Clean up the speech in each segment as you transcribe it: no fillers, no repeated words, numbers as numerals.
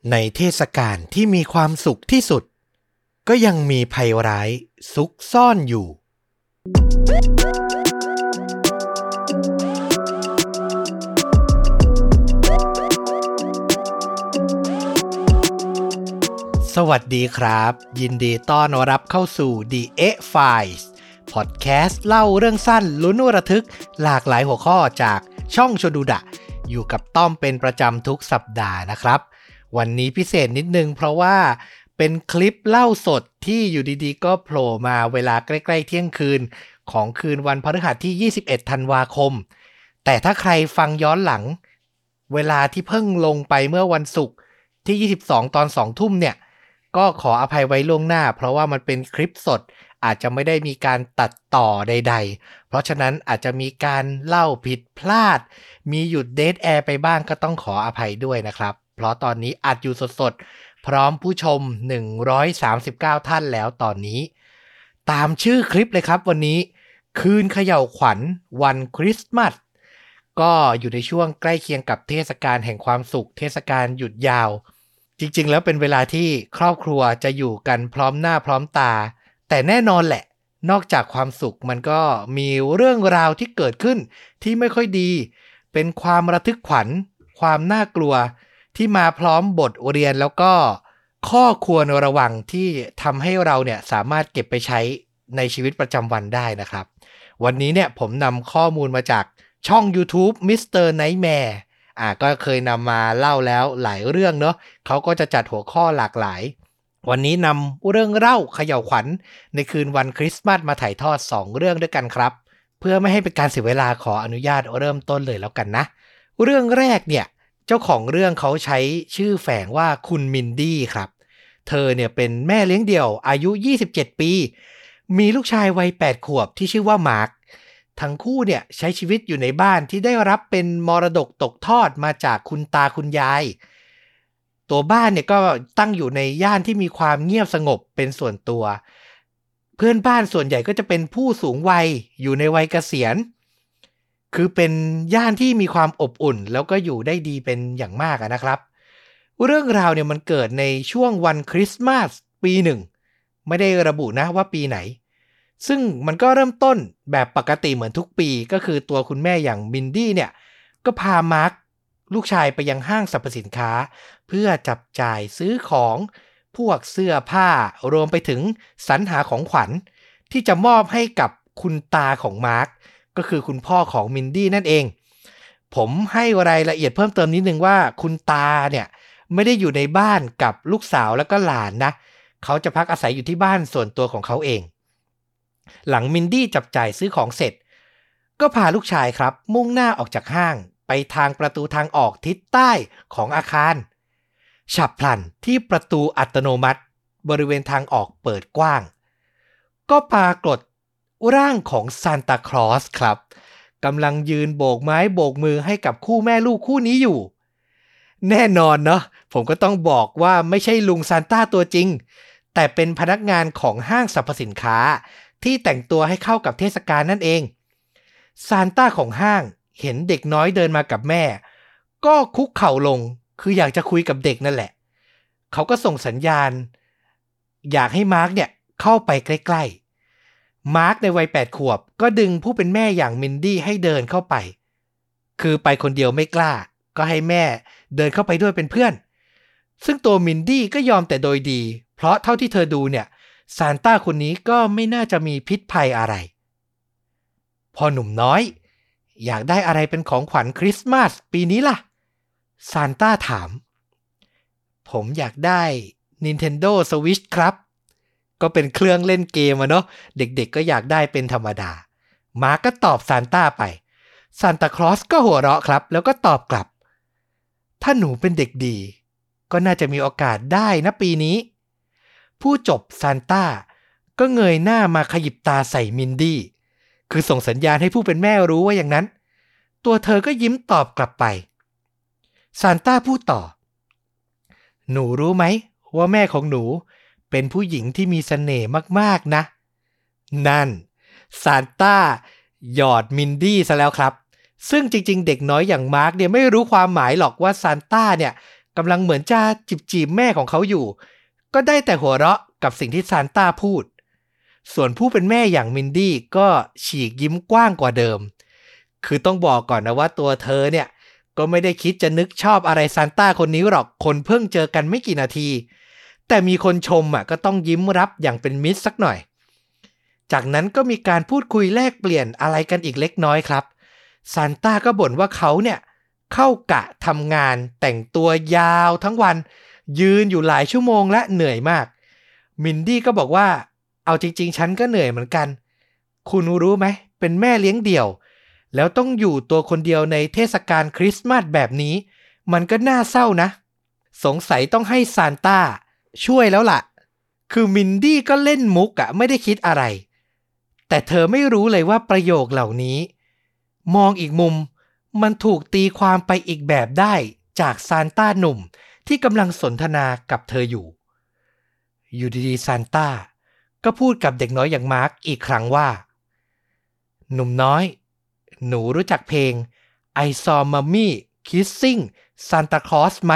ในเทศกาลที่มีความสุขที่สุดก็ยังมีภัยร้ายซุกซ่อนอยู่สวัสดีครับยินดีต้อนรับเข้าสู่ The X-Files พอดแคสต์เล่าเรื่องสั้นลุ้นระทึกหลากหลายหัวข้อจากช่องโชดูดะอยู่กับต้อมเป็นประจำทุกสัปดาห์นะครับวันนี้พิเศษนิดนึงเพราะว่าเป็นคลิปเล่าสดที่อยู่ดีๆก็โผล่มาเวลาใกล้ๆเที่ยงคืนของคืนวันพฤหัสที่21ธันวาคมแต่ถ้าใครฟังย้อนหลังเวลาที่เพิ่งลงไปเมื่อวันศุกร์ที่22ตอน 2 ทุ่มเนี่ยก็ขออภัยไว้ล่วงหน้าเพราะว่ามันเป็นคลิปสดอาจจะไม่ได้มีการตัดต่อใดๆเพราะฉะนั้นอาจจะมีการเล่าผิดพลาดมีหยุดเดทแอร์ไปบ้างก็ต้องขออภัยด้วยนะครับเพราะตอนนี้อัดอยู่สดๆพร้อมผู้ชม139ท่านแล้วตอนนี้ตามชื่อคลิปเลยครับวันนี้คืนเขย่าขวัญวันคริสต์มาสก็อยู่ในช่วงใกล้เคียงกับเทศกาลแห่งความสุขเทศกาลหยุดยาวจริงๆแล้วเป็นเวลาที่ครอบครัวจะอยู่กันพร้อมหน้าพร้อมตาแต่แน่นอนแหละนอกจากความสุขมันก็มีเรื่องราวที่เกิดขึ้นที่ไม่ค่อยดีเป็นความระทึกขวัญความน่ากลัวที่มาพร้อมบทเรียนแล้วก็ข้อควรระวังที่ทำให้เราเนี่ยสามารถเก็บไปใช้ในชีวิตประจำวันได้นะครับวันนี้เนี่ยผมนำข้อมูลมาจากช่อง YouTube Mr. Nightmare ก็เคยนำมาเล่าแล้วหลายเรื่องเนาะเขาก็จะจัดหัวข้อหลากหลายวันนี้นำเรื่องเล่าเขย่าขวัญในคืนวันคริสต์มาสมาถ่ายทอด2เรื่องด้วยกันครับเพื่อไม่ให้เป็นการเสียเวลาขออนุญาตเริ่มต้นเลยแล้วกันนะเรื่องแรกเนี่ยเจ้าของเรื่องเขาใช้ชื่อแฝงว่าคุณมินดี้ครับเธอเนี่ยเป็นแม่เลี้ยงเดี่ยวอายุ27ปีมีลูกชายวัย8ขวบที่ชื่อว่ามาร์คทั้งคู่เนี่ยใช้ชีวิตอยู่ในบ้านที่ได้รับเป็นมรดกตกทอดมาจากคุณตาคุณยายตัวบ้านเนี่ยก็ตั้งอยู่ในย่านที่มีความเงียบสงบเป็นส่วนตัวเพื่อนบ้านส่วนใหญ่ก็จะเป็นผู้สูงวัยอยู่ในวัยเกษียณคือเป็นย่านที่มีความอบอุ่นแล้วก็อยู่ได้ดีเป็นอย่างมากนะครับเรื่องราวเนี่ยมันเกิดในช่วงวันคริสต์มาสปีหนึ่งไม่ได้ระบุนะว่าปีไหนซึ่งมันก็เริ่มต้นแบบปกติเหมือนทุกปีก็คือตัวคุณแม่อย่างมินดี้เนี่ยก็พามาร์คลูกชายไปยังห้างสรรพสินค้าเพื่อจับจ่ายซื้อของพวกเสื้อผ้ารวมไปถึงสรรหาของขวัญที่จะมอบให้กับคุณตาของมาร์คก็คือคุณพ่อของมินดี้นั่นเองผมให้รายละเอียดเพิ่มเติมนิดนึงว่าคุณตาเนี่ยไม่ได้อยู่ในบ้านกับลูกสาวแล้วก็หลานนะเขาจะพักอาศัยอยู่ที่บ้านส่วนตัวของเขาเองหลังมินดี้จับจ่ายซื้อของเสร็จก็พาลูกชายครับมุ่งหน้าออกจากห้างไปทางประตูทางออกทิศใต้ของอาคารฉับพลันที่ประตูอัตโนมัติบริเวณทางออกเปิดกว้างก็ปรากฏร่างของซานตาคลอสครับกำลังยืนโบกไม้โบกมือให้กับคู่แม่ลูกคู่นี้อยู่แน่นอนเนาะผมก็ต้องบอกว่าไม่ใช่ลุงซานต้าตัวจริงแต่เป็นพนักงานของห้างสรรพสินค้าที่แต่งตัวให้เข้ากับเทศกาลนั่นเองซานต้าของห้างเห็นเด็กน้อยเดินมากับแม่ก็คุกเข่าลงคืออยากจะคุยกับเด็กนั่นแหละเขาก็ส่งสัญญาณอยากให้มาร์คเนี่ยเข้าไปใกล้ๆมาร์คในวัย8ขวบก็ดึงผู้เป็นแม่อย่างมินดี้ให้เดินเข้าไปคือไปคนเดียวไม่กล้าก็ให้แม่เดินเข้าไปด้วยเป็นเพื่อนซึ่งตัวมินดี้ก็ยอมแต่โดยดีเพราะเท่าที่เธอดูเนี่ยซานต้าคนนี้ก็ไม่น่าจะมีพิษภัยอะไรพอหนุ่มน้อยอยากได้อะไรเป็นของขวัญคริสต์มาสปีนี้ล่ะซานต้าถามผมอยากได้ Nintendo Switch ครับก็เป็นเครื่องเล่นเกมเนาะเด็กๆก็อยากได้เป็นธรรมดามาร์คก็ตอบซานต้าไปซานตาคลอสก็หัวเราะครับแล้วก็ตอบกลับถ้าหนูเป็นเด็กดีก็น่าจะมีโอกาสได้นะปีนี้ผู้จบซานต้าก็เงยหน้ามาขยิบตาใส่มินดี้คือส่งสัญญาณให้ผู้เป็นแม่รู้ว่าอย่างนั้นตัวเธอก็ยิ้มตอบกลับไปซานต้าพูดต่อหนูรู้ไหมว่าแม่ของหนูเป็นผู้หญิงที่มีเสน่ห์มากๆนะนั่นซานต้าหยอดมินดี้ซะแล้วครับซึ่งจริงๆเด็กน้อยอย่างมาร์คเนี่ยไม่รู้ความหมายหรอกว่าซานต้าเนี่ยกำลังเหมือนจะจีบแม่ของเขาอยู่ก็ได้แต่หัวเราะกับสิ่งที่ซานต้าพูดส่วนผู้เป็นแม่อย่างมินดี้ก็ฉีกยิ้มกว้างกว่าเดิมคือต้องบอกก่อนนะว่าตัวเธอเนี่ยก็ไม่ได้คิดจะนึกชอบอะไรซานต้าคนนี้หรอกคนเพิ่งเจอกันไม่กี่นาทีแต่มีคนชมก็ต้องยิ้มรับอย่างเป็นมิตรสักหน่อยจากนั้นก็มีการพูดคุยแลกเปลี่ยนอะไรกันอีกเล็กน้อยครับซานต้าก็บ่นว่าเขาเนี่ยเข้ากะทำงานแต่งตัวยาวทั้งวันยืนอยู่หลายชั่วโมงและเหนื่อยมากมินดี้ก็บอกว่าเอาจริงๆฉันก็เหนื่อยเหมือนกันคุณรู้ไหมเป็นแม่เลี้ยงเดี่ยวแล้วต้องอยู่ตัวคนเดียวในเทศกาลคริสต์มาสแบบนี้มันก็น่าเศร้านะสงสัยต้องให้ซานต้าช่วยแล้วล่ะคือมินดี้ก็เล่นมุกไม่ได้คิดอะไรแต่เธอไม่รู้เลยว่าประโยคเหล่านี้มองอีกมุมมันถูกตีความไปอีกแบบได้จากซานต้าหนุ่มที่กำลังสนทนากับเธออยู่ดีๆซานต้าก็พูดกับเด็กน้อยอย่างมาร์คอีกครั้งว่าหนุ่มน้อยหนูรู้จักเพลง I Saw Mommy Kissing Santa Claus ไหม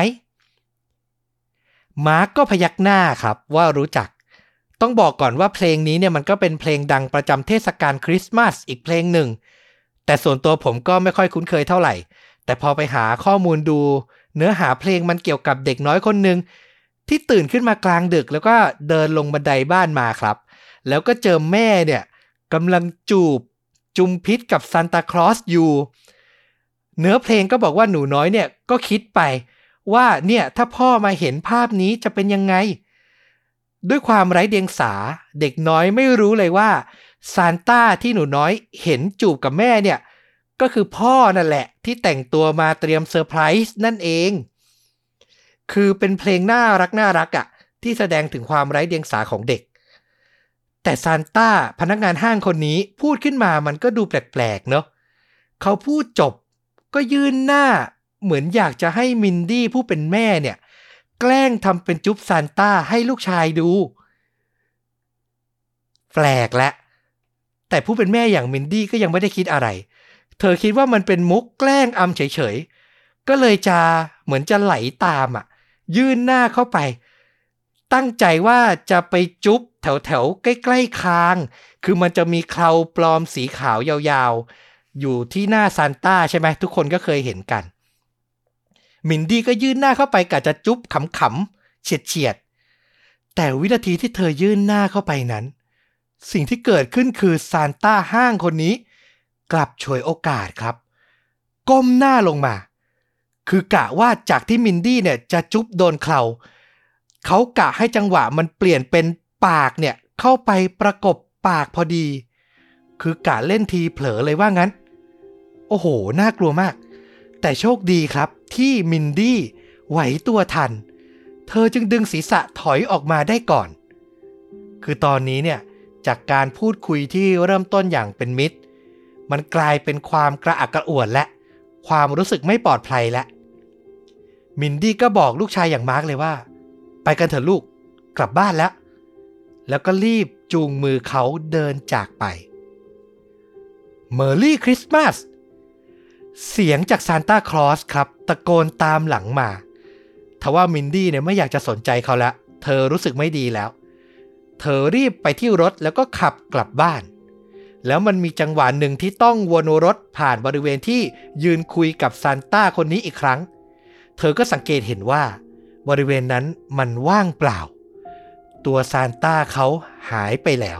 มาร์คก็พยักหน้าครับว่ารู้จักต้องบอกก่อนว่าเพลงนี้เนี่ยมันก็เป็นเพลงดังประจำเทศกาลคริสต์มาสอีกเพลงหนึ่งแต่ส่วนตัวผมก็ไม่ค่อยคุ้นเคยเท่าไหร่แต่พอไปหาข้อมูลดูเนื้อหาเพลงมันเกี่ยวกับเด็กน้อยคนหนึ่งที่ตื่นขึ้นมากลางดึกแล้วก็เดินลงบันไดบ้านมาครับแล้วก็เจอแม่เนี่ยกำลังจุมพิษกับซานตาคลอสอยู่เนื้อเพลงก็บอกว่าหนูน้อยเนี่ยก็คิดไปว่าเนี่ยถ้าพ่อมาเห็นภาพนี้จะเป็นยังไงด้วยความไร้เดียงสาเด็กน้อยไม่รู้เลยว่าซานต้าที่หนูน้อยเห็นจูบกับแม่เนี่ยก็คือพ่อนั่นแหละที่แต่งตัวมาเตรียมเซอร์ไพรส์นั่นเองคือเป็นเพลงน่ารักที่แสดงถึงความไร้เดียงสาของเด็กแต่ซานต้าพนักงานห้างคนนี้พูดขึ้นมามันก็ดูแปลกๆเนาะเขาพูดจบก็ยื่นหน้าเหมือนอยากจะให้มินดี้ผู้เป็นแม่เนี่ยแกล้งทำเป็นจุ๊บซานต้าให้ลูกชายดูแปลกและแต่ผู้เป็นแม่อย่างมินดี้ก็ยังไม่ได้คิดอะไรเธอคิดว่ามันเป็นมุกแกล้งอำเฉยๆก็เลยจะเหมือนจะไหลตามยื่นหน้าเข้าไปตั้งใจว่าจะไปจุ๊บแถวใกล้ๆคางคือมันจะมีเคราปลอมสีขาวยาวๆอยู่ที่หน้าซานต้าใช่ไหมทุกคนก็เคยเห็นกันมินดี้ก็ยื่นหน้าเข้าไปกะจะจุ๊บขำๆเฉียดๆแต่วินาทีที่เธอยื่นหน้าเข้าไปนั้นสิ่งที่เกิดขึ้นคือซานต้าห้างคนนี้กลับฉวยโอกาสครับก้มหน้าลงมาคือกะว่าจากที่มินดี้เนี่ยจะจุ๊บโดนเคราเขากะให้จังหวะมันเปลี่ยนเป็นปากเนี่ยเข้าไปประกบปากพอดีคือกะเล่นทีเผลอเลยว่างั้นโอ้โหน่ากลัวมากแต่โชคดีครับที่มินดี้ไหวตัวทันเธอจึงดึงศีรษะถอยออกมาได้ก่อนคือตอนนี้เนี่ยจากการพูดคุยที่เริ่มต้นอย่างเป็นมิตรมันกลายเป็นความกระอักกระอ่วนและความรู้สึกไม่ปลอดภัยและมินดี้ก็บอกลูกชายอย่างมาร์คเลยว่าไปกันเถอะลูกกลับบ้านแล้วก็รีบจูงมือเขาเดินจากไปเมอร์รี่คริสต์มาสเสียงจากซานต้าคลอสครับตะโกนตามหลังมาทว่ามินดี้เนี่ยไม่อยากจะสนใจเขาละเธอรู้สึกไม่ดีแล้วเธอรีบไปที่รถแล้วก็ขับกลับบ้านแล้วมันมีจังหวะหนึ่งที่ต้องวนรถผ่านบริเวณที่ยืนคุยกับซานต้าคนนี้อีกครั้งเธอก็สังเกตเห็นว่าบริเวณนั้นมันว่างเปล่าตัวซานต้าเขาหายไปแล้ว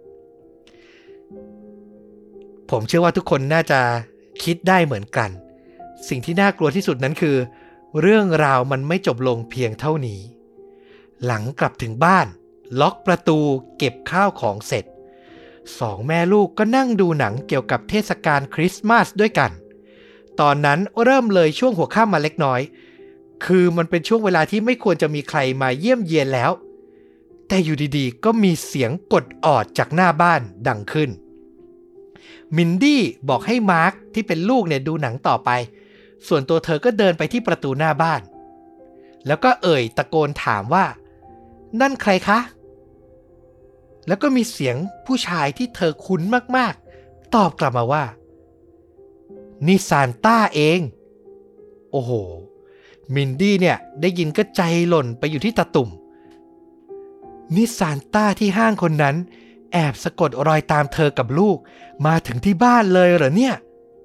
ผมเชื่อว่าทุกคนน่าจะคิดได้เหมือนกันสิ่งที่น่ากลัวที่สุดนั้นคือเรื่องราวมันไม่จบลงเพียงเท่านี้หลังกลับถึงบ้านล็อกประตูเก็บข้าวของเสร็จสองแม่ลูกก็นั่งดูหนังเกี่ยวกับเทศกาลคริสต์มาสด้วยกันตอนนั้นเริ่มเลยช่วงหัวค่ำมาเล็กน้อยคือมันเป็นช่วงเวลาที่ไม่ควรจะมีใครมาเยี่ยมเยียนแล้วแต่อยู่ดีๆก็มีเสียงกดออดจากหน้าบ้านดังขึ้นมินดี้บอกให้มาร์คที่เป็นลูกเนี่ยดูหนังต่อไปส่วนตัวเธอก็เดินไปที่ประตูหน้าบ้านแล้วก็ตะโกนถามว่านั่นใครคะแล้วก็มีเสียงผู้ชายที่เธอคุ้นมากๆตอบกลับมาว่านี่ซานต้าเองโอ้โหมินดี้เนี่ยได้ยินก็ใจหล่นไปอยู่ที่ตาตุ่มนี่ซานต้าที่ห้างคนนั้นแอบสะกดรอยตามเธอกับลูกมาถึงที่บ้านเลยเหรอเนี่ย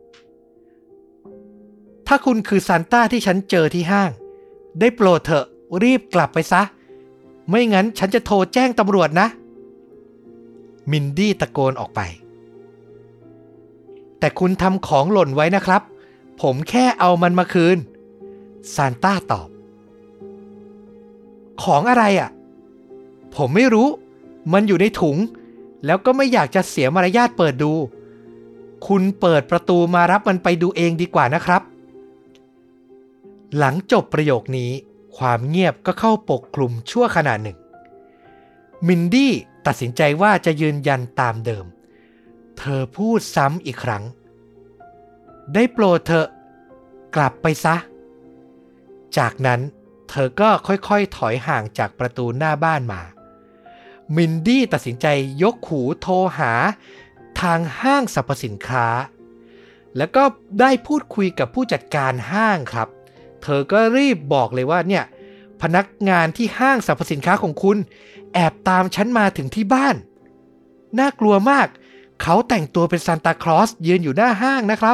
ถ้าคุณคือซานต้าที่ฉันเจอที่ห้างได้โปรดเถอะรีบกลับไปซะไม่งั้นฉันจะโทรแจ้งตำรวจนะมินดี้ตะโกนออกไปแต่คุณทำของหล่นไว้นะครับผมแค่เอามันมาคืนซานต้าตอบของอะไรอ่ะผมไม่รู้มันอยู่ในถุงแล้วก็ไม่อยากจะเสียมารยาทเปิดดูคุณเปิดประตูมารับมันไปดูเองดีกว่านะครับหลังจบประโยคนี้ความเงียบก็เข้าปกคลุมชั่วขณะหนึ่งมินดี้ตัดสินใจว่าจะยืนยันตามเดิมเธอพูดซ้ำอีกครั้งได้โปรดเถอะกลับไปซะจากนั้นเธอก็ค่อยๆถอยห่างจากประตูหน้าบ้านมามินดี้ตัดสินใจยกหูโทรหาทางห้างสรรพสินค้าแล้วก็ได้พูดคุยกับผู้จัดการห้างครับเธอก็รีบบอกเลยว่าเนี่ยพนักงานที่ห้างสรรพสินค้าของคุณแอบตามฉันมาถึงที่บ้านน่ากลัวมากเขาแต่งตัวเป็นซานตาคลอสยืนอยู่หน้าห้างนะครับ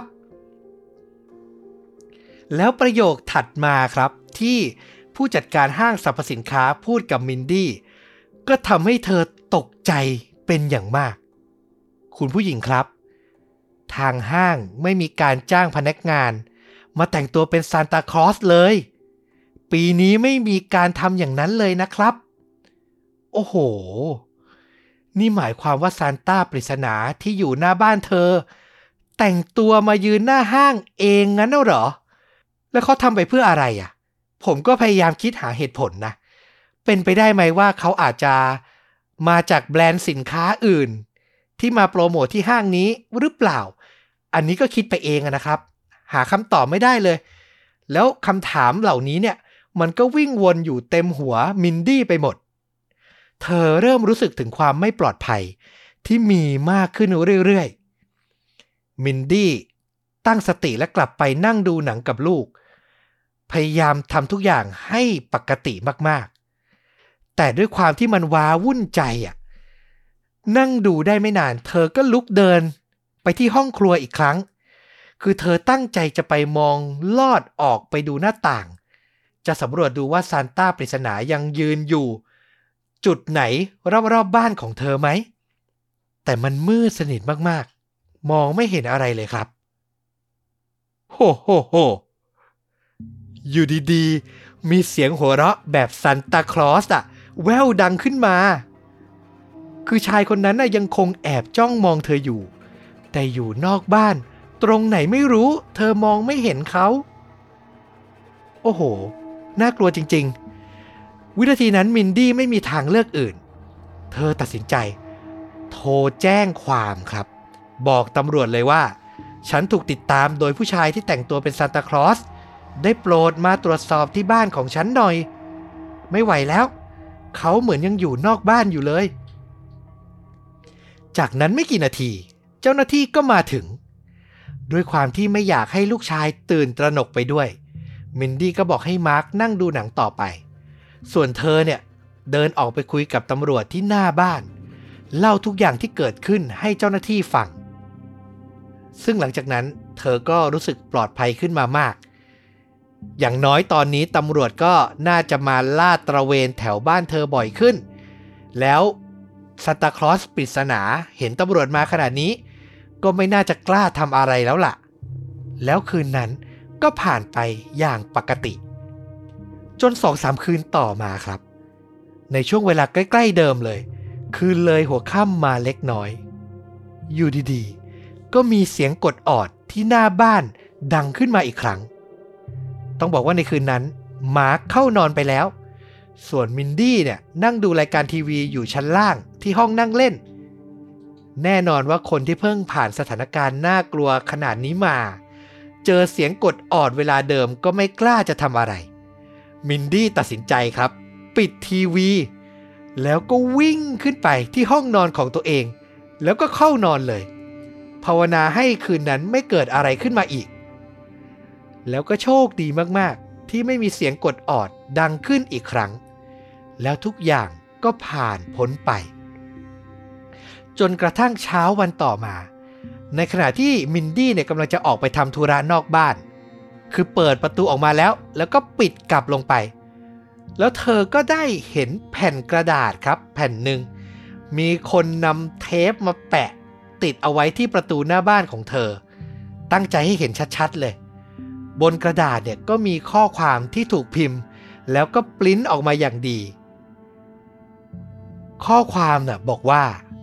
แล้วประโยคถัดมาครับที่ผู้จัดการห้างสรรพสินค้าพูดกับมินดี้ก็ทำให้เธอตกใจเป็นอย่างมากคุณผู้หญิงครับทางห้างไม่มีการจ้างพนักงานมาแต่งตัวเป็นซานตาคลอสเลยปีนี้ไม่มีการทำอย่างนั้นเลยนะครับโอ้โหนี่หมายความว่าซานต้าปริศนาที่อยู่หน้าบ้านเธอแต่งตัวมายืนหน้าห้างเองงั้นเหรอแล้วเขาทำไปเพื่ออะไรอ่ะผมก็พยายามคิดหาเหตุผลนะเป็นไปได้ไหมว่าเขาอาจจะมาจากแบรนด์สินค้าอื่นที่มาโปรโมทที่ห้างนี้หรือเปล่าอันนี้ก็คิดไปเองนะครับหาคำตอบไม่ได้เลยแล้วคำถามเหล่านี้เนี่ยมันก็วิ่งวนอยู่เต็มหัวมินดี้ไปหมดเธอเริ่มรู้สึกถึงความไม่ปลอดภัยที่มีมากขึ้นเรื่อยๆมินดี้ตั้งสติและกลับไปนั่งดูหนังกับลูกพยายามทำทุกอย่างให้ปกติมากๆแต่ด้วยความที่มันว้าวุ่นใจนั่งดูได้ไม่นานเธอก็ลุกเดินไปที่ห้องครัวอีกครั้งคือเธอตั้งใจจะไปมองลอดออกไปดูหน้าต่างจะสำรวจดูว่าซานต้าปริศนายังยืนอยู่จุดไหนรอบๆบ้านของเธอไหมแต่มันมืดสนิทมากๆมองไม่เห็นอะไรเลยครับโฮโฮโฮอยู่ดีๆมีเสียงหัวเราะแบบซานตาคลอสแว่วดังขึ้นมาคือชายคนนั้นยังคงแอบจ้องมองเธออยู่แต่อยู่นอกบ้านตรงไหนไม่รู้เธอมองไม่เห็นเขาโอ้โหน่ากลัวจริงๆวินาทีนั้นมินดี้ไม่มีทางเลือกอื่นเธอตัดสินใจโทรแจ้งความครับบอกตำรวจเลยว่าฉันถูกติดตามโดยผู้ชายที่แต่งตัวเป็นซานตาคลอสได้โปรดมาตรวจสอบที่บ้านของฉันหน่อยไม่ไหวแล้วเขาเหมือนยังอยู่นอกบ้านอยู่เลยจากนั้นไม่กี่นาทีเจ้าหน้าที่ก็มาถึงด้วยความที่ไม่อยากให้ลูกชายตื่นตระหนกไปด้วยมินดี้ก็บอกให้มาร์คนั่งดูหนังต่อไปส่วนเธอเนี่ยเดินออกไปคุยกับตำรวจที่หน้าบ้านเล่าทุกอย่างที่เกิดขึ้นให้เจ้าหน้าที่ฟังซึ่งหลังจากนั้นเธอก็รู้สึกปลอดภัยขึ้นมามากอย่างน้อยตอนนี้ตำรวจก็น่าจะมาลาดตระเวนแถวบ้านเธอบ่อยขึ้นแล้วซานตาคลอสปริศนาเห็นตำรวจมาขนาดนี้ก็ไม่น่าจะกล้าทำอะไรแล้วล่ะแล้วคืนนั้นก็ผ่านไปอย่างปกติจน 2-3 คืนต่อมาครับในช่วงเวลาใกล้ๆเดิมเลยคืนเลยหัวค่ำมาเล็กน้อยอยู่ดีๆก็มีเสียงกดออดที่หน้าบ้านดังขึ้นมาอีกครั้งต้องบอกว่าในคืนนั้นมาร์คเข้านอนไปแล้วส่วนมินดี้เนี่ยนั่งดูรายการทีวีอยู่ชั้นล่างที่ห้องนั่งเล่นแน่นอนว่าคนที่เพิ่งผ่านสถานการณ์น่ากลัวขนาดนี้มาเจอเสียงกดออดเวลาเดิมก็ไม่กล้าจะทำอะไรมินดี้ตัดสินใจครับปิดทีวีแล้วก็วิ่งขึ้นไปที่ห้องนอนของตัวเองแล้วก็เข้านอนเลยภาวนาให้คืนนั้นไม่เกิดอะไรขึ้นมาอีกแล้วก็โชคดีมากที่ไม่มีเสียงกดออดดังขึ้นอีกครั้งแล้วทุกอย่างก็ผ่านพ้นไปจนกระทั่งเช้าวันต่อมาในขณะที่มินดี้เนี่ยกำลังจะออกไปทำธุระนอกบ้านคือเปิดประตูออกมาแล้วก็ปิดกลับลงไปแล้วเธอก็ได้เห็นแผ่นกระดาษครับแผ่นหนึ่งมีคนนำเทปมาแปะติดเอาไว้ที่ประตูหน้าบ้านของเธอตั้งใจให้เห็นชัดๆเลยบนกระดาษเนี่ยก็มีข้อความที่ถูกพิมพ์แล้วก็ปริ้นออกมาอย่างดีข้อความน่ะบอกว่า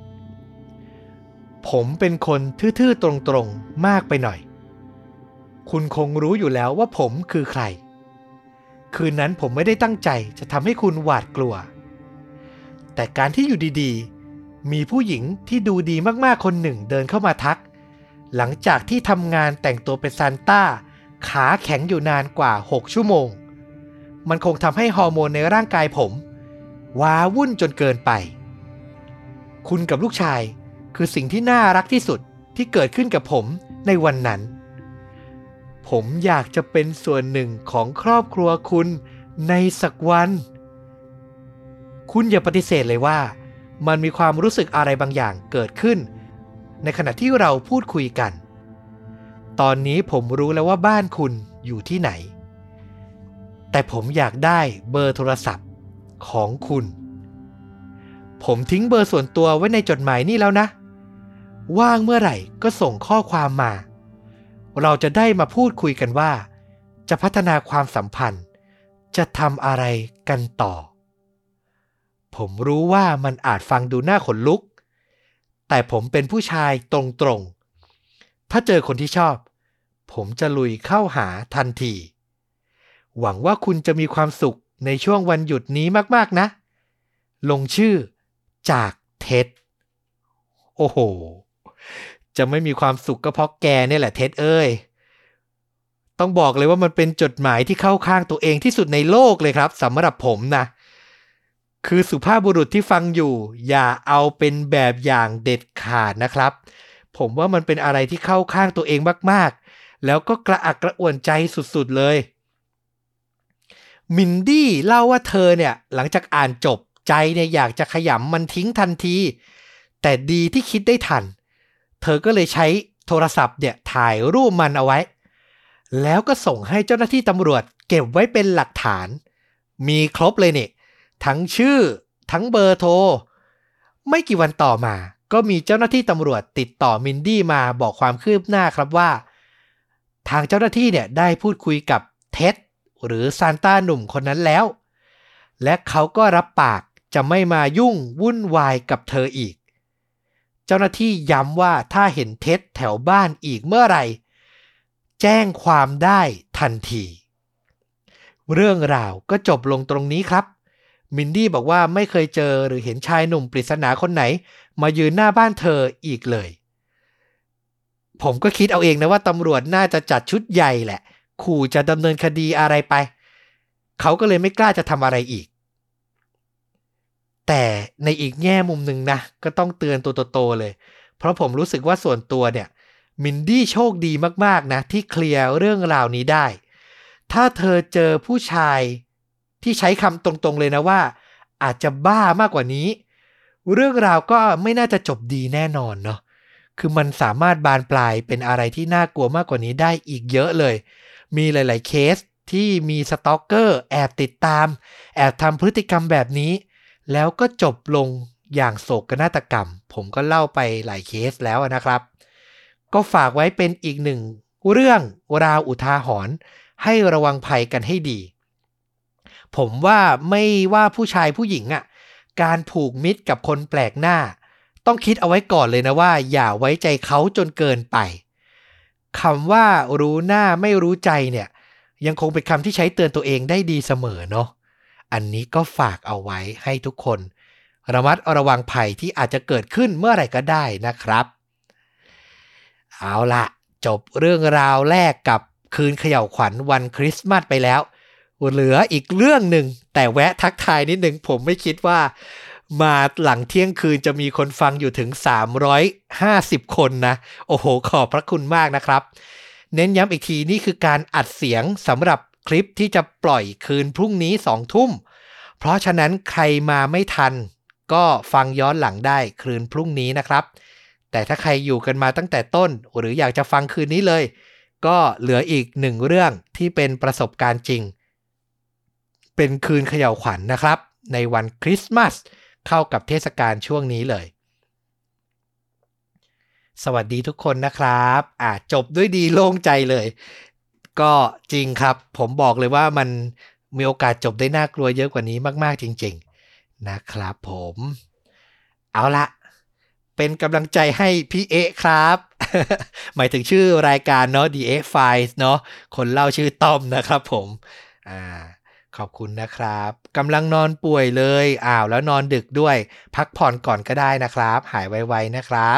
ผมเป็นคนทื่อๆตรงๆมากไปหน่อยคุณคงรู้อยู่แล้วว่าผมคือใครคืนนั้นผมไม่ได้ตั้งใจจะทำให้คุณหวาดกลัวแต่การที่อยู่ดีๆมีผู้หญิงที่ดูดีมากๆคนหนึ่งเดินเข้ามาทักหลังจากที่ทำงานแต่งตัวเป็นซานต้าขาแข็งอยู่นานกว่า6 ชั่วโมงมันคงทำให้ฮอร์โมนในร่างกายผมว้าวุ่นจนเกินไปคุณกับลูกชายคือสิ่งที่น่ารักที่สุดที่เกิดขึ้นกับผมในวันนั้นผมอยากจะเป็นส่วนหนึ่งของครอบครัวคุณในสักวันคุณอย่าปฏิเสธเลยว่ามันมีความรู้สึกอะไรบางอย่างเกิดขึ้นในขณะที่เราพูดคุยกันตอนนี้ผมรู้แล้วว่าบ้านคุณอยู่ที่ไหนแต่ผมอยากได้เบอร์โทรศัพท์ของคุณผมทิ้งเบอร์ส่วนตัวไว้ในจดหมายนี่แล้วนะว่างเมื่อไหร่ก็ส่งข้อความมาเราจะได้มาพูดคุยกันว่าจะพัฒนาความสัมพันธ์จะทำอะไรกันต่อผมรู้ว่ามันอาจฟังดูน่าขนลุกแต่ผมเป็นผู้ชายตรงๆถ้าเจอคนที่ชอบผมจะลุยเข้าหาทันทีหวังว่าคุณจะมีความสุขในช่วงวันหยุดนี้มากๆนะลงชื่อจากเท็ดโอ้โหจะไม่มีความสุขก็เพราะแกเนี่ยแหละเท็ดเอ้ยต้องบอกเลยว่ามันเป็นจดหมายที่เข้าข้างตัวเองที่สุดในโลกเลยครับสำหรับผมนะคือสุภาพบุรุษที่ฟังอยู่อย่าเอาเป็นแบบอย่างเด็ดขาดนะครับผมว่ามันเป็นอะไรที่เข้าข้างตัวเองมากๆแล้วก็กระอักกระอ่วนใจสุดๆเลยมินดี้เล่าว่าเธอเนี่ยหลังจากอ่านจบใจเนี่ยอยากจะขยำมันทิ้งทันทีแต่ดีที่คิดได้ทันเธอก็เลยใช้โทรศัพท์เนี่ยถ่ายรูปมันเอาไว้แล้วก็ส่งให้เจ้าหน้าที่ตำรวจเก็บไว้เป็นหลักฐานมีครบเลยเนี่ยทั้งชื่อทั้งเบอร์โทรไม่กี่วันต่อมาก็มีเจ้าหน้าที่ตำรวจติดต่อมินดี้มาบอกความคืบหน้าครับว่าทางเจ้าหน้าที่เนี่ยได้พูดคุยกับเท็ดหรือซานต้าหนุ่มคนนั้นแล้วและเขาก็รับปากจะไม่มายุ่งวุ่นวายกับเธออีกเจ้าหน้าที่ย้ำว่าถ้าเห็นเท็ดแถวบ้านอีกเมื่อไหร่แจ้งความได้ทันทีเรื่องราวก็จบลงตรงนี้ครับมินดี้บอกว่าไม่เคยเจอหรือเห็นชายหนุ่มปริศนาคนไหนมายืนหน้าบ้านเธออีกเลยผมก็คิดเอาเองนะว่าตำรวจน่าจะจัดชุดใหญ่แหละขู่จะดำเนินคดีอะไรไปเขาก็เลยไม่กล้าจะทำอะไรอีกแต่ในอีกแง่มุมหนึ่งนะก็ต้องเตือนตัวโตๆเลยเพราะผมรู้สึกว่าส่วนตัวเนี่ยมินดี้โชคดีมากๆนะที่เคลียร์เรื่องราวนี้ได้ถ้าเธอเจอผู้ชายที่ใช้คำตรงๆเลยนะว่าอาจจะบ้ามากกว่านี้เรื่องราวก็ไม่น่าจะจบดีแน่นอนเนาะคือมันสามารถบานปลายเป็นอะไรที่น่ากลัวมากกว่านี้ได้อีกเยอะเลยมีหลายๆเคสที่มีสตอกเกอร์แอบติดตามแอบทำพฤติกรรมแบบนี้แล้วก็จบลงอย่างโศกนาฏกรรมผมก็เล่าไปหลายเคสแล้วนะครับก็ฝากไว้เป็นอีกหนึ่งเรื่องราวอุทาหรณ์ให้ระวังภัยกันให้ดีผมว่าไม่ว่าผู้ชายผู้หญิงอ่ะการผูกมิตรกับคนแปลกหน้าต้องคิดเอาไว้ก่อนเลยนะว่าอย่าไว้ใจเขาจนเกินไปคำว่ารู้หน้าไม่รู้ใจเนี่ยยังคงเป็นคำที่ใช้เตือนตัวเองได้ดีเสมอเนาะอันนี้ก็ฝากเอาไว้ให้ทุกคนระมัดระวังภัยที่อาจจะเกิดขึ้นเมื่อไหร่ก็ได้นะครับเอาล่ะจบเรื่องราวแรกกับคืนเขย่าขวัญวันคริสต์มาสไปแล้วเหลืออีกเรื่องหนึ่งแต่แวะทักทายนิดนึงผมไม่คิดว่ามาหลังเที่ยงคืนจะมีคนฟังอยู่ถึง350คนนะโอ้โหขอบพระคุณมากนะครับเน้นย้ำอีกทีนี่คือการอัดเสียงสำหรับคลิปที่จะปล่อยคืนพรุ่งนี้2 ทุ่มเพราะฉะนั้นใครมาไม่ทันก็ฟังย้อนหลังได้คืนพรุ่งนี้นะครับแต่ถ้าใครอยู่กันมาตั้งแต่ต้นหรืออยากจะฟังคืนนี้เลยก็เหลืออีก1 เรื่องที่เป็นประสบการณ์จริงเป็นคืนเขย่าขวัญนะครับในวันคริสต์มาสเข้ากับเทศกาลช่วงนี้เลยสวัสดีทุกคนนะครับจบด้วยดีโล่งใจเลยก็จริงครับผมบอกเลยว่ามันมีโอกาสจบได้น่ากลัวเยอะกว่านี้มากๆจริงๆนะครับผมเอาละเป็นกำลังใจให้พี่เอ๊ะครับ หมายถึงชื่อรายการเนาะ The X Files เนาะคนเล่าชื่อต้อมนะครับผมอ่าขอบคุณนะครับกำลังนอนป่วยเลยแล้วนอนดึกด้วยพักผ่อนก่อนก็ได้นะครับหายไวๆนะครับ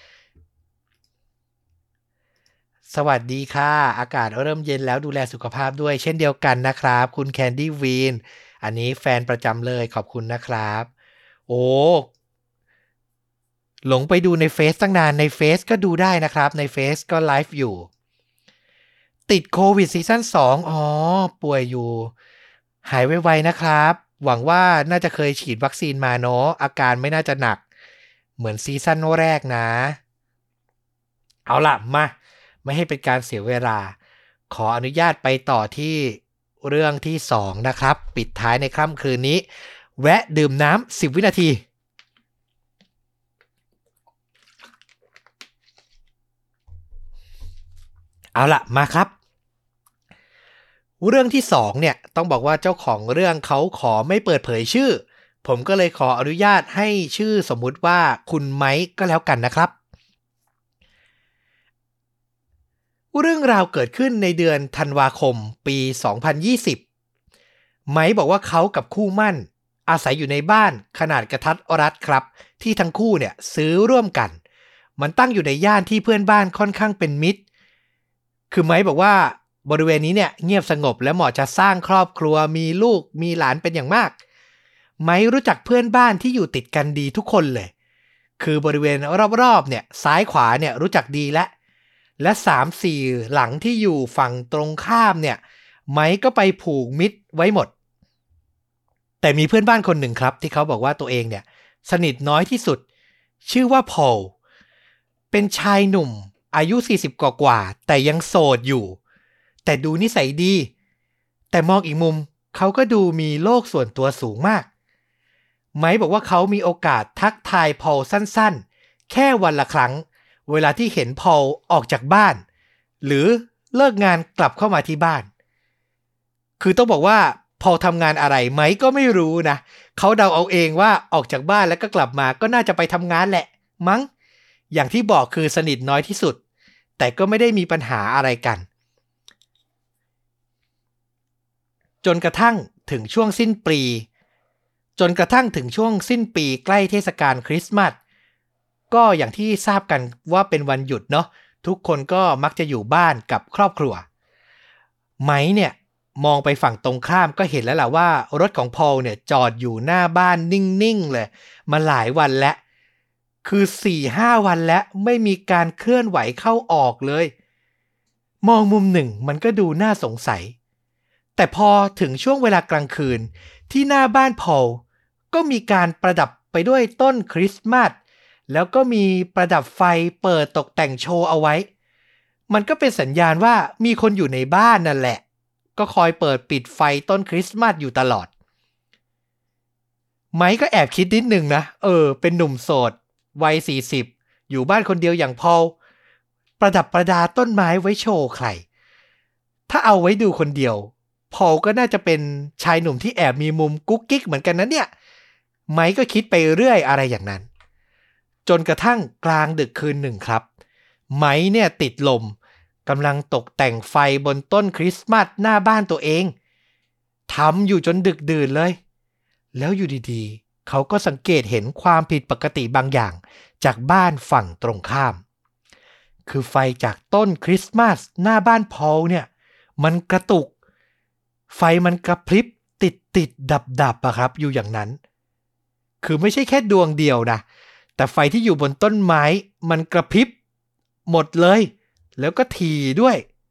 สวัสดีค่ะอากาศเริ่มเย็นแล้วดูแลสุขภาพด้วยเช่นเดียวกันนะครับคุณแคนดี้วีนอันนี้แฟนประจำเลยขอบคุณนะครับโอ้หลงไปดูในเฟซตั้งนานในเฟซก็ดูได้นะครับในเฟซก็ไลฟ์อยู่ติดโควิดซีซั่น2ป่วยอยู่หายไวๆนะครับหวังว่าน่าจะเคยฉีดวัคซีนมาเนาะอาการไม่น่าจะหนักเหมือนซีซั่นแรกนะเอาล่ะมาไม่ให้เป็นการเสียเวลาขออนุญาตไปต่อที่เรื่องที่2นะครับปิดท้ายในค่ำคืนนี้แวะดื่มน้ำ10 วินาทีเอาล่ะมาครับเรื่องที่2เนี่ยต้องบอกว่าเจ้าของเรื่องเขาขอไม่เปิดเผยชื่อผมก็เลยขออนุญาตให้ชื่อสมมุติว่าคุณไมค์ก็แล้วกันนะครับเรื่องราวเกิดขึ้นในเดือนธันวาคมปี2020ไมค์บอกว่าเขากับคู่หมั้นอาศัยอยู่ในบ้านขนาดกระทัดรัดครับที่ทั้งคู่เนี่ยซื้อร่วมกันมันตั้งอยู่ในย่านที่เพื่อนบ้านค่อนข้างเป็นมิตรคือไมค์บอกว่าบริเวณนี้เนี่ยเงียบสงบและเหมาะจะสร้างครอบครัวมีลูกมีหลานเป็นอย่างมากไมค์รู้จักเพื่อนบ้านที่อยู่ติดกันดีทุกคนเลยคือบริเวณรอบๆเนี่ยซ้ายขวาเนี่ยรู้จักดีและ3-4หลังที่อยู่ฝั่งตรงข้ามเนี่ยไมค์ก็ไปผูกมิตรไว้หมดแต่มีเพื่อนบ้านคนหนึ่งครับที่เขาบอกว่าตัวเองเนี่ยสนิทน้อยที่สุดชื่อว่าพอลเป็นชายหนุ่มอายุ40กว่าแต่ยังโสดอยู่แต่ดูนิสัยดีแต่มองอีกมุมเขาก็ดูมีโลกส่วนตัวสูงมากไมค์บอกว่าเขามีโอกาสทักทายพอลสั้นๆแค่วันละครั้งเวลาที่เห็นพอลออกจากบ้านหรือเลิกงานกลับเข้ามาที่บ้านคือต้องบอกว่าพอลทำงานอะไรไมค์ก็ไม่รู้นะเขาเดาเอาเองว่าออกจากบ้านแล้วก็กลับมาก็น่าจะไปทำงานแหละมั้งอย่างที่บอกคือสนิทน้อยที่สุดแต่ก็ไม่ได้มีปัญหาอะไรกันจนกระทั่งถึงช่วงสิ้นปีใกล้เทศกาลคริสต์มาสก็อย่างที่ทราบกันว่าเป็นวันหยุดเนาะทุกคนก็มักจะอยู่บ้านกับครอบครัวไมค์เนี่ยมองไปฝั่งตรงข้ามก็เห็นแล้วล่ะว่ารถของพอลเนี่ยจอดอยู่หน้าบ้านนิ่งๆเลยมาหลายวันแล้วคือ 4-5 วันแล้วไม่มีการเคลื่อนไหวเข้าออกเลยมองมุมหนึ่งมันก็ดูน่าสงสัยแต่พอถึงช่วงเวลากลางคืนที่หน้าบ้านพอลก็มีการประดับไปด้วยต้นคริสต์มาสแล้วก็มีประดับไฟเปิดตกแต่งโชว์เอาไว้มันก็เป็นสัญญาณว่ามีคนอยู่ในบ้านนั่นแหละก็คอยเปิดปิดไฟต้นคริสต์มาสอยู่ตลอดไมค์ก็แอบคิดนิดนึงนะเป็นหนุ่มโสดวัย40อยู่บ้านคนเดียวอย่างพอลประดับประดาต้นไม้ไว้โชว์ใครถ้าเอาไว้ดูคนเดียวพอลก็น่าจะเป็นชายหนุ่มที่แอบมีมุมกุ๊กกิ๊กเหมือนกันนะเนี่ยไมค์ก็คิดไปเรื่อยอะไรอย่างนั้นจนกระทั่งกลางดึกคืนหนึ่งครับไมค์เนี่ยติดลมกำลังตกแต่งไฟบนต้นคริสต์มาสหน้าบ้านตัวเองทำอยู่จนดึกดื่นเลยแล้วอยู่ดีๆเขาก็สังเกตเห็นความผิดปกติบางอย่างจากบ้านฝั่งตรงข้ามคือไฟจากต้นคริสต์มาสหน้าบ้านพอลเนี่ยมันกระตุกไฟมันกระพริบติดดับอะครับอยู่อย่างนั้นคือไม่ใช่แค่ดวงเดียวนะแต่ไฟที่อยู่บนต้นไม้มันกระพริบหมดเลยแล้วก็ถี่ด้วย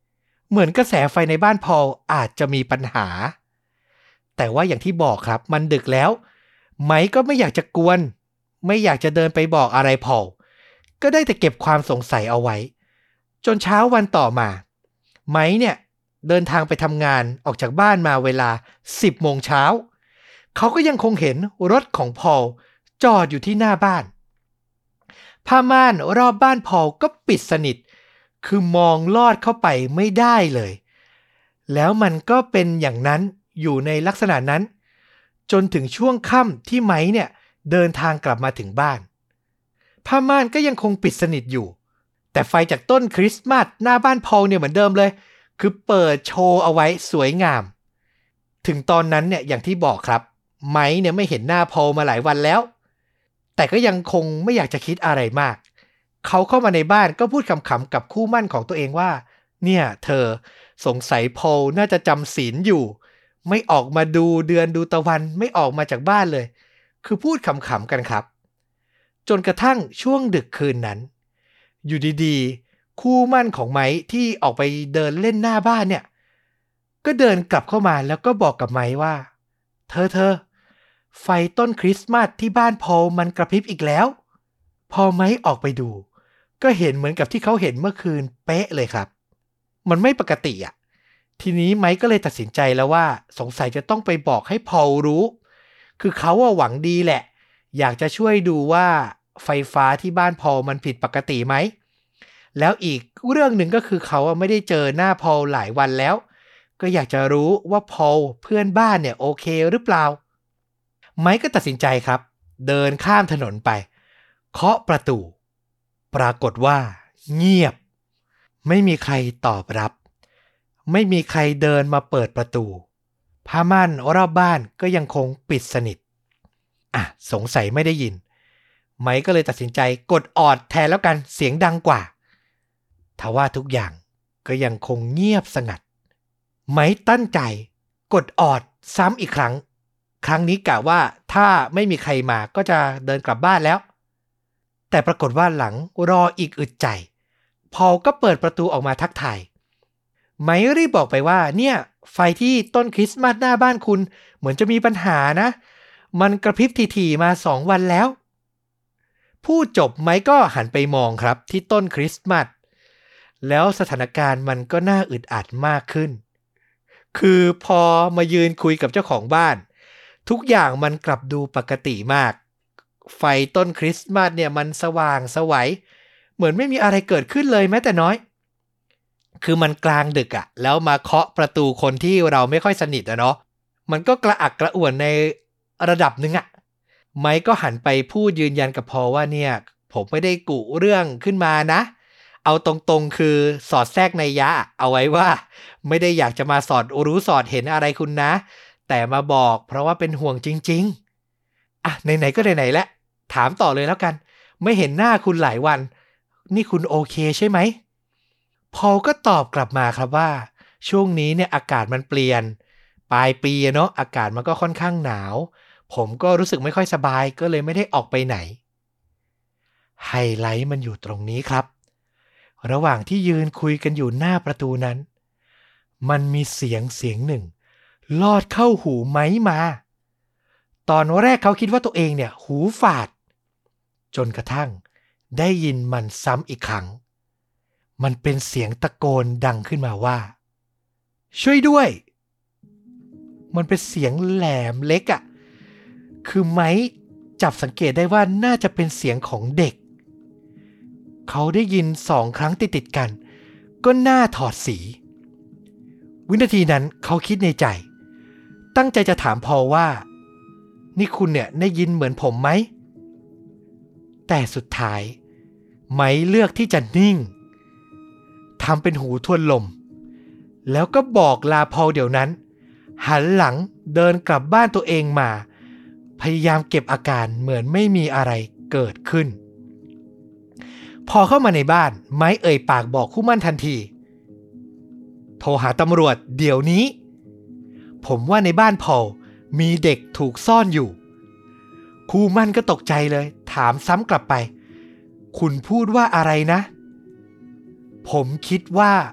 เหมือนกระแสไฟในบ้านพอลอาจจะมีปัญหาแต่ว่าอย่างที่บอกครับมันดึกแล้วไมค์ก็ไม่อยากจะกวนไม่อยากจะเดินไปบอกอะไรพอลก็ได้แต่เก็บความสงสัยเอาไว้จนเช้าวันต่อมาไมค์เนี่ยเดินทางไปทำงานออกจากบ้านมาเวลา 10 โมงเช้าเขาก็ยังคงเห็นรถของพอลจอดอยู่ที่หน้าบ้านผ้าม่านรอบบ้านพอลก็ปิดสนิทคือมองลอดเข้าไปไม่ได้เลยแล้วมันก็เป็นอย่างนั้นอยู่ในลักษณะนั้นจนถึงช่วงค่ำที่ไมค์เนี่ยเดินทางกลับมาถึงบ้านผ้าม่านก็ยังคงปิดสนิทอยู่แต่ไฟจากต้นคริสต์มาสหน้าบ้านพอลเนี่ยเหมือนเดิมเลยคือเปิดโชว์เอาไว้สวยงามถึงตอนนั้นเนี่ยอย่างที่บอกครับไมค์เนี่ยไม่เห็นหน้าพอลมาหลายวันแล้วแต่ก็ยังคงไม่อยากจะคิดอะไรมากเขาเข้ามาในบ้านก็พูดขำๆกับคู่หมั่นของตัวเองว่าเนี่ยเธอสงสัยพอลน่าจะจำศีลอยู่ไม่ออกมาดูเดือนดูตะวันไม่ออกมาจากบ้านเลยคือพูดขำๆกันครับจนกระทั่งช่วงดึกคืนนั้นอยู่ดีๆคู่หมั่นของไมค์ที่ออกไปเดินเล่นหน้าบ้านเนี่ยก็เดินกลับเข้ามาแล้วก็บอกกับไมค์ว่าเธอไฟต้นคริสต์มาสที่บ้านพอลมันกระพริบอีกแล้วพอไมค์ออกไปดูก็เห็นเหมือนกับที่เขาเห็นเมื่อคืนเป๊ะเลยครับมันไม่ปกติอ่ะทีนี้ไมค์ก็เลยตัดสินใจแล้วว่าสงสัยจะต้องไปบอกให้พอลรู้คือเขาหวังดีแหละอยากจะช่วยดูว่าไฟฟ้าที่บ้านพอลมันผิดปกติไหมแล้วอีกเรื่องหนึ่งก็คือเขาไม่ได้เจอหน้าพอลหลายวันแล้วก็อยากจะรู้ว่าพอลเพื่อนบ้านเนี่ยโอเคหรือเปล่าไมค์ก็ตัดสินใจครับเดินข้ามถนนไปเคาะประตูปรากฏว่าเงียบไม่มีใครตอบรับไม่มีใครเดินมาเปิดประตูผ้าม่านรอบบ้านก็ยังคงปิดสนิทสงสัยไม่ได้ยินไมค์ก็เลยตัดสินใจกดออดแทนแล้วกันเสียงดังกว่าทว่าทุกอย่างก็ยังคงเงียบสงัดไมค์ตั้งใจกดออดซ้ำอีกครั้งนี้กะว่าถ้าไม่มีใครมาก็จะเดินกลับบ้านแล้วแต่ปรากฏว่าหลังรออีกอึดใจพอลก็เปิดประตูออกมาทักทายไมค์รีบบอกไปว่าเนี่ยไฟที่ต้นคริสต์มาสหน้าบ้านคุณเหมือนจะมีปัญหานะมันกระพริบถี่ๆมา2 วันแล้วพูดจบไมค์ก็หันไปมองครับที่ต้นคริสต์มาสแล้วสถานการณ์มันก็น่าอึดอัดมากขึ้นคือพอมายืนคุยกับเจ้าของบ้านทุกอย่างมันกลับดูปกติมากไฟต้นคริสต์มาสเนี่ยมันสว่างไสวเหมือนไม่มีอะไรเกิดขึ้นเลยแม้แต่น้อยคือมันกลางดึกแล้วมาเคาะประตูคนที่เราไม่ค่อยสนิทเนาะมันก็กระอักกระอ่วนในระดับหนึ่งไมค์ก็หันไปพูดยืนยันกับพอลว่าเนี่ยผมไม่ได้กุเรื่องขึ้นมานะเอาตรงๆคือสอดแทรกนัยยะเอาไว้ว่าไม่ได้อยากจะมาสอดรู้สอดเห็นอะไรคุณนะแต่มาบอกเพราะว่าเป็นห่วงจริงๆไหนๆก็ไหนๆแล้วถามต่อเลยแล้วกันไม่เห็นหน้าคุณหลายวันนี่คุณโอเคใช่ไหมพอลก็ตอบกลับมาครับว่าช่วงนี้เนี่ยอากาศมันเปลี่ยนปลายปีเนาะอากาศมันก็ค่อนข้างหนาวผมก็รู้สึกไม่ค่อยสบายก็เลยไม่ได้ออกไปไหนไฮไลท์มันอยู่ตรงนี้ครับระหว่างที่ยืนคุยกันอยู่หน้าประตูนั้นมันมีเสียงหนึ่งลอดเข้าหูไมค์มาตอนแรกเขาคิดว่าตัวเองเนี่ยหูฝาดจนกระทั่งได้ยินมันซ้ำอีกครั้งมันเป็นเสียงตะโกนดังขึ้นมาว่าช่วยด้วยมันเป็นเสียงแหลมเล็กคือไมค์จับสังเกตได้ว่าน่าจะเป็นเสียงของเด็กเขาได้ยิน2 ครั้งติดๆกันก็หน้าถอดสีวินาทีนั้นเขาคิดในใจตั้งใจจะถามพอลว่านี่คุณเนี่ยได้ยินเหมือนผมไหมแต่สุดท้ายไมค์เลือกที่จะนิ่งทำเป็นหูทวนลมแล้วก็บอกลาพอลเดี๋ยวนั้นหันหลังเดินกลับบ้านตัวเองมาพยายามเก็บอาการเหมือนไม่มีอะไรเกิดขึ้นพอเข้ามาในบ้านไมค์เอ่ยปากบอกคู่หมั่นทันทีโทรหาตำรวจเดี๋ยวนี้ผมว่าในบ้านพอลมีเด็กถูกซ่อนอยู่คู่หมั่นก็ตกใจเลยถามซ้ำกลับไปคุณพูดว่าอะไรนะผมคิดว่า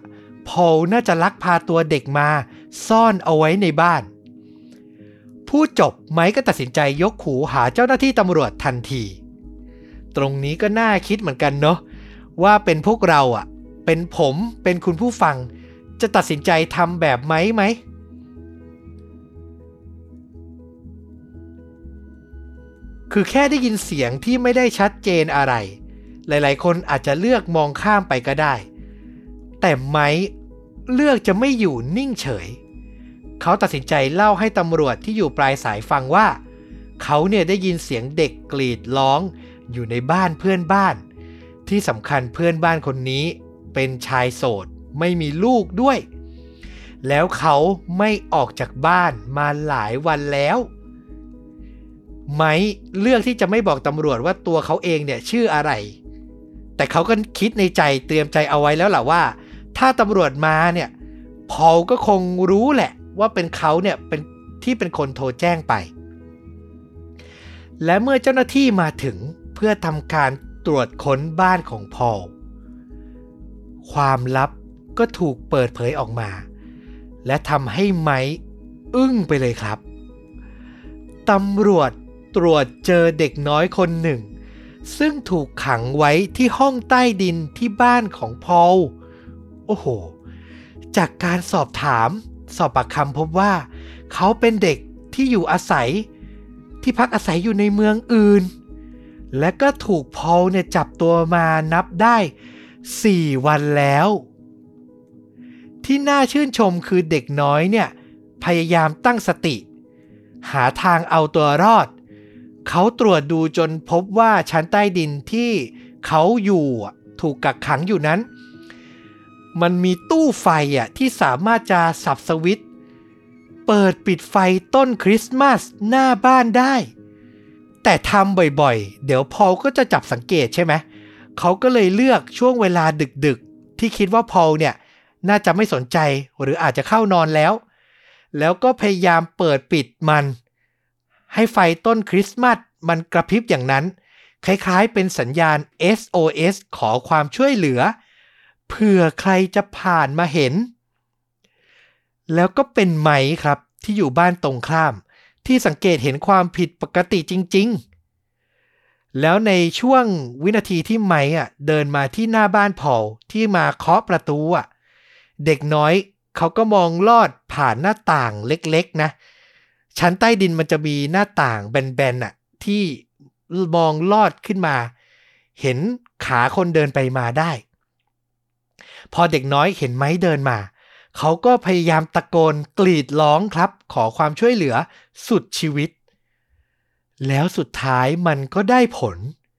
พอลน่าจะลักพาตัวเด็กมาซ่อนเอาไว้ในบ้านพูดจบไมค์ก็ตัดสินใจยกหูหาเจ้าหน้าที่ตำรวจทันทีตรงนี้ก็น่าคิดเหมือนกันเนาะว่าเป็นพวกเราอ่ะเป็นผมเป็นคุณผู้ฟังจะตัดสินใจทำแบบไมค์ไหมคือแค่ได้ยินเสียงที่ไม่ได้ชัดเจนอะไรหลายๆคนอาจจะเลือกมองข้ามไปก็ได้แต่ไมค์เลือกจะไม่อยู่นิ่งเฉยเขาตัดสินใจเล่าให้ตำรวจที่อยู่ปลายสายฟังว่าเขาเนี่ยได้ยินเสียงเด็กกรีดร้องอยู่ในบ้านเพื่อนบ้านที่สำคัญเพื่อนบ้านคนนี้เป็นชายโสดไม่มีลูกด้วยแล้วเขาไม่ออกจากบ้านมาหลายวันแล้วไมค์เลือกที่จะไม่บอกตำรวจว่าตัวเขาเองเนี่ยชื่ออะไรแต่เขาก็คิดในใจเตรียมใจเอาไว้แล้วล่ะว่าถ้าตำรวจมาเนี่ยพอลก็คงรู้แหละว่าเป็นเขาเนี่ยเป็นคนโทรแจ้งไปและเมื่อเจ้าหน้าที่มาถึงเพื่อทำการตรวจค้นบ้านของพอลความลับก็ถูกเปิดเผยออกมาและทำให้ไมค์อึ้งไปเลยครับตำรวจตรวจเจอเด็กน้อยคนหนึ่งซึ่งถูกขังไว้ที่ห้องใต้ดินที่บ้านของพอลโอ้โหจากการสอบปากคำพบว่าเขาเป็นเด็กที่อยู่อาศัยที่พักอาศัยอยู่ในเมืองอื่นและก็ถูกพอลเนี่ยจับตัวมานับได้4 วันแล้วที่น่าชื่นชมคือเด็กน้อยเนี่ยพยายามตั้งสติหาทางเอาตัวรอดเขาตรวจดูจนพบว่าชั้นใต้ดินที่เขาอยู่ถูกกักขังอยู่นั้นมันมีตู้ไฟที่สามารถจะสับสวิตช์เปิดปิดไฟต้นคริสต์มาสหน้าบ้านได้แต่ทำบ่อยๆเดี๋ยวพอลก็จะจับสังเกตใช่ไหมเขาก็เลยเลือกช่วงเวลาดึกๆที่คิดว่าพอลเนี่ยน่าจะไม่สนใจหรืออาจจะเข้านอนแล้วก็พยายามเปิดปิดมันให้ไฟต้นคริสต์มาสมันกระพริบอย่างนั้นคล้ายๆเป็นสัญญาณ SOS ขอความช่วยเหลือเผื่อใครจะผ่านมาเห็นแล้วก็เป็นไมค์ครับที่อยู่บ้านตรงข้ามที่สังเกตเห็นความผิดปกติจริงๆแล้วในช่วงวินาทีที่ไมค์เดินมาที่หน้าบ้านพอลที่มาเคาะประตูเด็กน้อยเขาก็มองลอดผ่านหน้าต่างเล็กๆนะชั้นใต้ดินมันจะมีหน้าต่างแบนๆที่มองลอดขึ้นมาเห็นขาคนเดินไปมาได้พอเด็กน้อยเห็นไมค์เดินมาเขาก็พยายามตะโกนกรีดร้องครับขอความช่วยเหลือสุดชีวิตแล้วสุดท้ายมันก็ได้ผล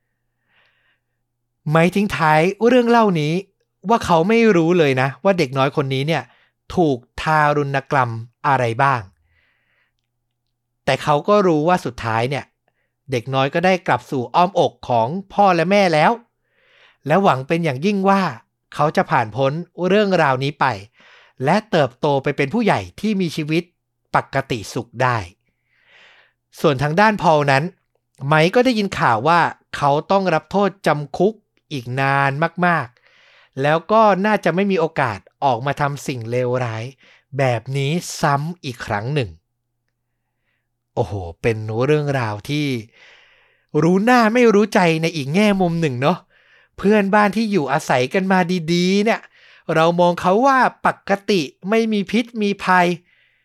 ไมค์ทิ้งท้ายเรื่องเล่านี้ว่าเขาไม่รู้เลยนะว่าเด็กน้อยคนนี้เนี่ยถูกทารุณกรรมอะไรบ้างแต่เขาก็รู้ว่าสุดท้ายเนี่ยเด็กน้อยก็ได้กลับสู่อ้อมอกของพ่อและแม่แล้วและหวังเป็นอย่างยิ่งว่าเขาจะผ่านพ้นเรื่องราวนี้ไปและเติบโตไปเป็นผู้ใหญ่ที่มีชีวิตปกติสุขได้ส่วนทางด้านพอลนั้นไมค์ก็ได้ยินข่าวว่าเขาต้องรับโทษจำคุกอีกนานมากๆแล้วก็น่าจะไม่มีโอกาสออกมาทำสิ่งเลวร้ายแบบนี้ซ้ำอีกครั้งหนึ่งโอ้โหเป็นเรื่องราวที่รู้หน้าไม่รู้ใจในอีกแง่มุมหนึ่งเนาะเพื่อนบ้านที่อยู่อาศัยกันมาดีๆเนี่ยเรามองเขาว่าปกติไม่มีพิษมีภัย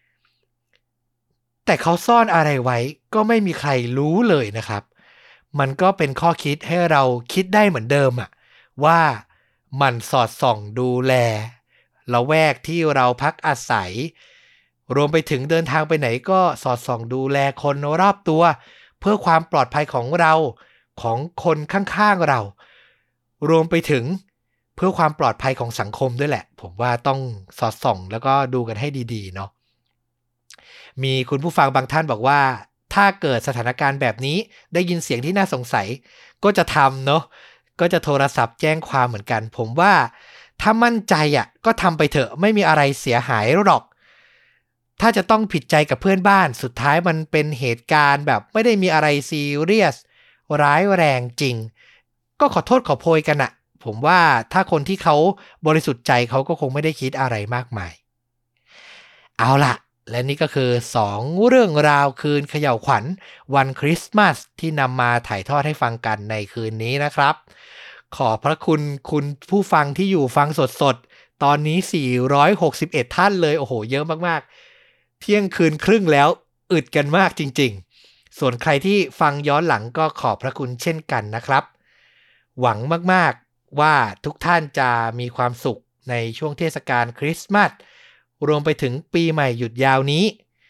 แต่เขาซ่อนอะไรไว้ก็ไม่มีใครรู้เลยนะครับมันก็เป็นข้อคิดให้เราคิดได้เหมือนเดิมว่ามันสอดส่องดูแลละแวกที่เราพักอาศัยรวมไปถึงเดินทางไปไหนก็สอดส่องดูแลคนรอบตัวเพื่อความปลอดภัยของเราของคนข้างๆเรารวมไปถึงเพื่อความปลอดภัยของสังคมด้วยแหละผมว่าต้องสอดส่องแล้วก็ดูกันให้ดีๆเนาะมีคุณผู้ฟังบางท่านบอกว่าถ้าเกิดสถานการณ์แบบนี้ได้ยินเสียงที่น่าสงสัยก็จะทำเนาะก็จะโทรศัพท์แจ้งความเหมือนกันผมว่าถ้ามั่นใจก็ทำไปเถอะไม่มีอะไรเสียหายหรอกถ้าจะต้องผิดใจกับเพื่อนบ้านสุดท้ายมันเป็นเหตุการณ์แบบไม่ได้มีอะไรซีเรียสร้ายแรงจริงก็ขอโทษขอโพยกันผมว่าถ้าคนที่เขาบริสุทธิ์ใจเขาก็คงไม่ได้คิดอะไรมากมายเอาล่ะและนี่ก็คือ2เรื่องราวคืนเขย่าวขวัญวันคริสต์มาสที่นำมาถ่ายทอดให้ฟังกันในคืนนี้นะครับขอบพระคุณคุณผู้ฟังที่อยู่ฟังสดๆตอนนี้461ท่านเลยโอ้โหเยอะมากๆเที่ยงคืนครึ่งแล้วอึดกันมากจริงๆส่วนใครที่ฟังย้อนหลังก็ขอบพระคุณเช่นกันนะครับหวังมากๆว่าทุกท่านจะมีความสุขในช่วงเทศกาลคริสต์มาสรวมไปถึงปีใหม่หยุดยาวนี้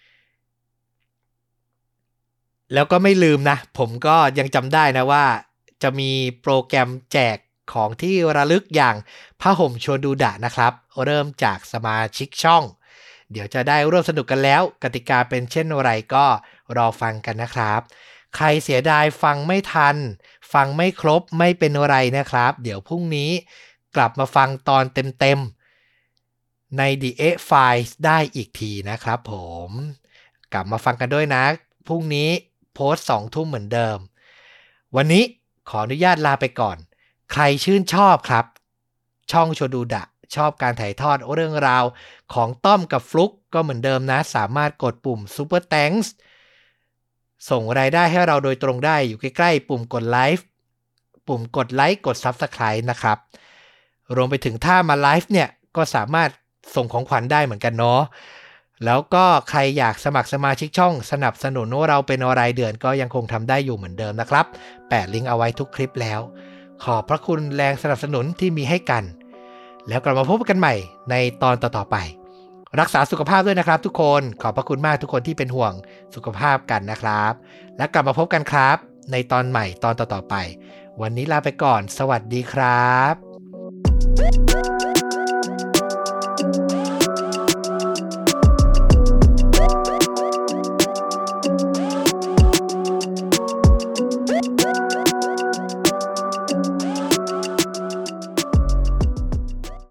แล้วก็ไม่ลืมนะผมก็ยังจำได้นะว่าจะมีโปรแกรมแจกของที่ระลึกอย่างผ้าห่มชวนดูดะนะครับเริ่มจากสมาชิกช่องเดี๋ยวจะได้ร่วมสนุกกันแล้วกติกาเป็นเช่นไรก็รอฟังกันนะครับใครเสียดายฟังไม่ทันฟังไม่ครบไม่เป็นไรนะครับเดี๋ยวพรุ่งนี้กลับมาฟังตอนเต็มๆใน The A Files ได้อีกทีนะครับผมกลับมาฟังกันด้วยนะพรุ่งนี้โพสต์2 ทุ่มเหมือนเดิมวันนี้ขออนุญาตลาไปก่อนใครชื่นชอบครับช่องโชดูดะชอบการถ่ายทอดเรื่องราวของต้อมกับฟลุกก็เหมือนเดิมนะสามารถกดปุ่ม Super Thanks ส่งรายได้ให้เราโดยตรงได้อยู่ใกล้ๆปุ่มกดไลค์กด Subscribe นะครับรวมไปถึงถ้ามาไลฟ์เนี่ยก็สามารถส่งของขวัญได้เหมือนกันเนาะแล้วก็ใครอยากสมัครสมาชิกช่องสนับสนุนเราเป็นรายเดือนก็ยังคงทำได้อยู่เหมือนเดิมนะครับแปะลิงก์เอาไว้ทุกคลิปแล้วขอบพระคุณแรงสนับสนุนที่มีให้กันแล้วกลับมาพบกันใหม่ในตอนต่อๆไปรักษาสุขภาพด้วยนะครับทุกคนขอบพระคุณมากทุกคนที่เป็นห่วงสุขภาพกันนะครับและกลับมาพบกันครับในตอนใหม่ตอนต่อๆไปวันนี้ลาไปก่อนสวัสดีครับ